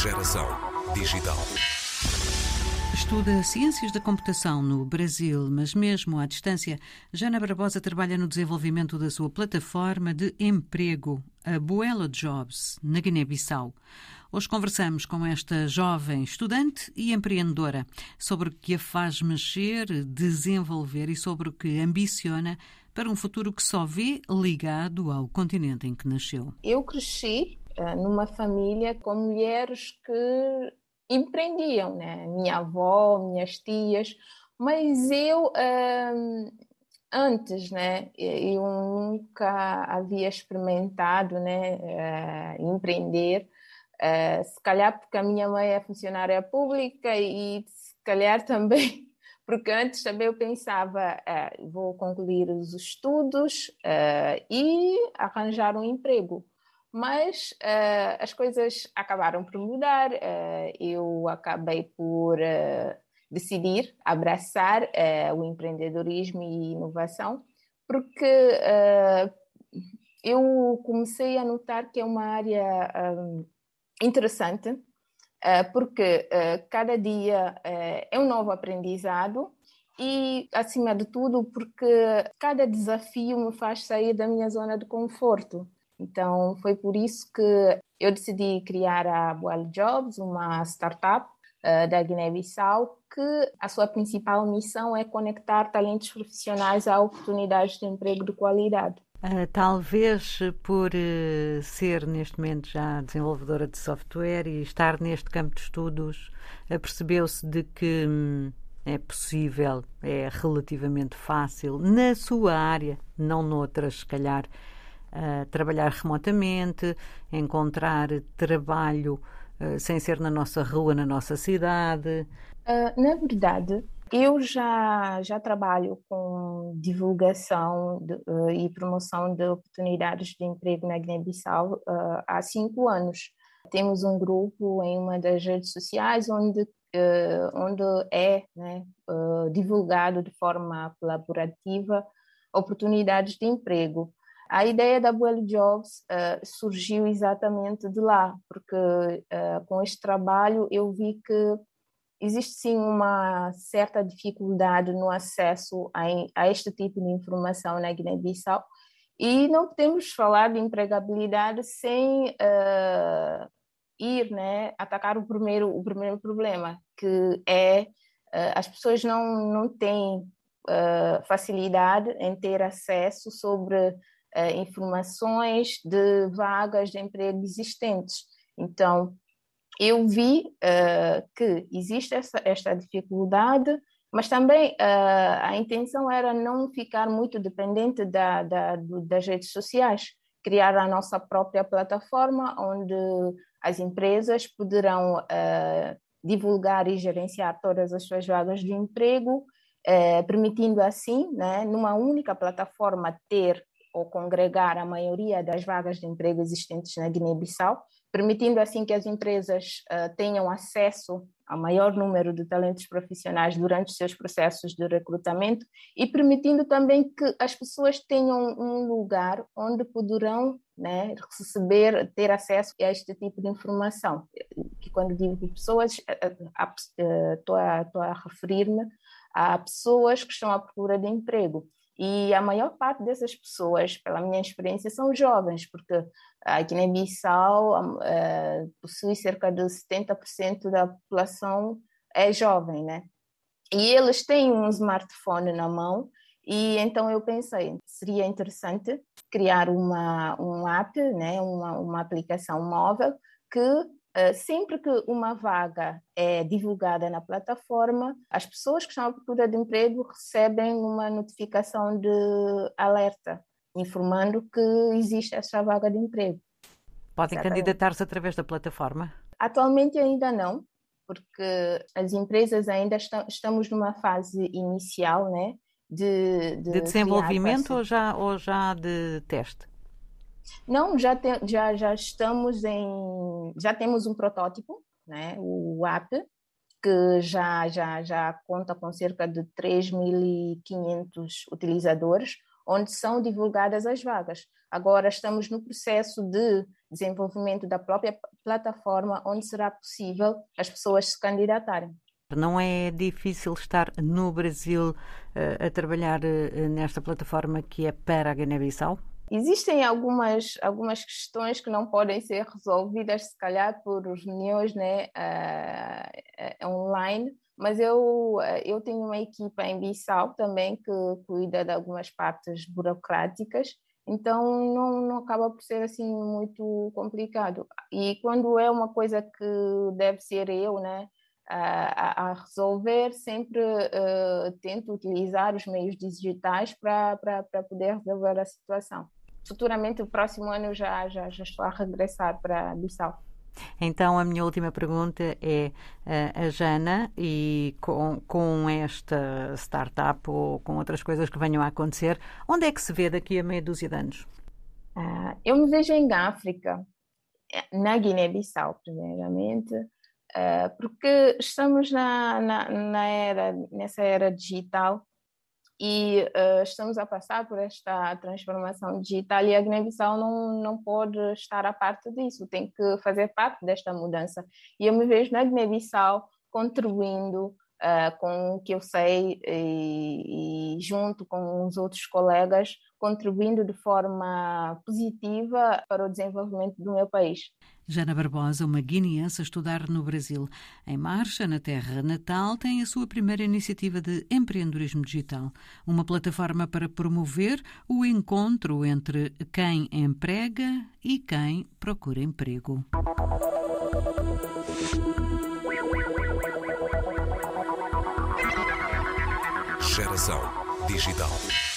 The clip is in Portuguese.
Geração Digital. Estuda Ciências da Computação no Brasil, mas mesmo à distância, Jana Barbosa trabalha no desenvolvimento da sua plataforma de emprego, a Buelo Jobs, na Guiné-Bissau. Hoje conversamos com esta jovem estudante e empreendedora sobre o que a faz mexer, desenvolver e sobre o que ambiciona para um futuro que só vê ligado ao continente em que nasceu. Eu cresci numa família com mulheres que empreendiam, né? Minha avó, minhas tias, mas eu antes, né? Eu nunca havia experimentado, né? Empreender. Se calhar porque a minha mãe é funcionária pública e se calhar também porque antes também eu pensava vou concluir os estudos e arranjar um emprego. Mas as coisas acabaram por mudar. Eu acabei por decidir abraçar o empreendedorismo e inovação, porque eu comecei a notar que é uma área interessante, porque cada dia é um novo aprendizado e, acima de tudo, porque cada desafio me faz sair da minha zona de conforto. Então, foi por isso que eu decidi criar a Buelo Jobs, uma startup da Guiné-Bissau, que a sua principal missão é conectar talentos profissionais a oportunidades de emprego de qualidade. Talvez por ser neste momento já desenvolvedora de software e estar neste campo de estudos, percebeu-se de que é possível, é relativamente fácil, na sua área, não noutras, se calhar, trabalhar remotamente, encontrar trabalho sem ser na nossa rua, na nossa cidade. Na verdade, eu já trabalho com divulgação e promoção de oportunidades de emprego na Guiné-Bissau há 5 anos. Temos um grupo em uma das redes sociais onde é, né, divulgado de forma colaborativa oportunidades de emprego. A ideia da Buelo Jobs surgiu exatamente de lá, porque com este trabalho eu vi que existe sim uma certa dificuldade no acesso a este tipo de informação na Guiné-Bissau e não podemos falar de empregabilidade sem ir, né, atacar o primeiro problema, que é as pessoas não têm facilidade em ter acesso sobre informações de vagas de emprego existentes. Então, eu vi que existe esta dificuldade, mas também a intenção era não ficar muito dependente das redes sociais, criar a nossa própria plataforma onde as empresas poderão divulgar e gerenciar todas as suas vagas de emprego, permitindo assim, né, numa única plataforma ter ou congregar a maioria das vagas de emprego existentes na Guiné-Bissau, permitindo assim que as empresas tenham acesso a maior número de talentos profissionais durante os seus processos de recrutamento e permitindo também que as pessoas tenham um lugar onde poderão, né, ter acesso a este tipo de informação. Que quando digo pessoas, estou a referir-me a pessoas que estão à procura de emprego. E a maior parte dessas pessoas, pela minha experiência, são jovens, porque a Guiné-Bissau possui cerca de 70% da população é jovem, né? E eles têm um smartphone na mão e então eu pensei, seria interessante criar um app, né? uma aplicação móvel que sempre que uma vaga é divulgada na plataforma, as pessoas que estão à procura de emprego recebem uma notificação de alerta, informando que existe essa vaga de emprego. Podem candidatar-se através da plataforma? Atualmente ainda não, porque as empresas ainda estamos numa fase inicial, né, de desenvolvimento ou já de teste? Não, já temos um protótipo, né? O app, que já conta com cerca de 3.500 utilizadores, onde são divulgadas as vagas. Agora estamos no processo de desenvolvimento da própria plataforma, onde será possível as pessoas se candidatarem. Não é difícil estar no Brasil a trabalhar nesta plataforma que é para a Guiné-Bissau? Existem algumas questões que não podem ser resolvidas, se calhar, por reuniões, né, online, mas eu tenho uma equipa em Bissau também que cuida de algumas partes burocráticas, então não acaba por ser assim muito complicado. E quando é uma coisa que deve ser eu, né, a resolver, sempre tento utilizar os meios digitais para poder resolver a situação. Futuramente, o próximo ano, eu já estou a regressar para Bissau. Então, a minha última pergunta é, a Jana, e com esta startup ou com outras coisas que venham a acontecer, onde é que se vê daqui a meia dúzia de anos? Eu me vejo em África, na Guiné-Bissau, primeiramente, porque estamos nessa era digital e estamos a passar por esta transformação digital e a Guiné-Bissau não pode estar à parte disso, tem que fazer parte desta mudança. E eu me vejo na Guiné-Bissau contribuindo com o que eu sei e junto com os outros colegas, contribuindo de forma positiva para o desenvolvimento do meu país. Jana Barbosa, uma guineense a estudar no Brasil. Em marcha, na terra natal, tem a sua primeira iniciativa de empreendedorismo digital. Uma plataforma para promover o encontro entre quem emprega e quem procura emprego. Geração Digital.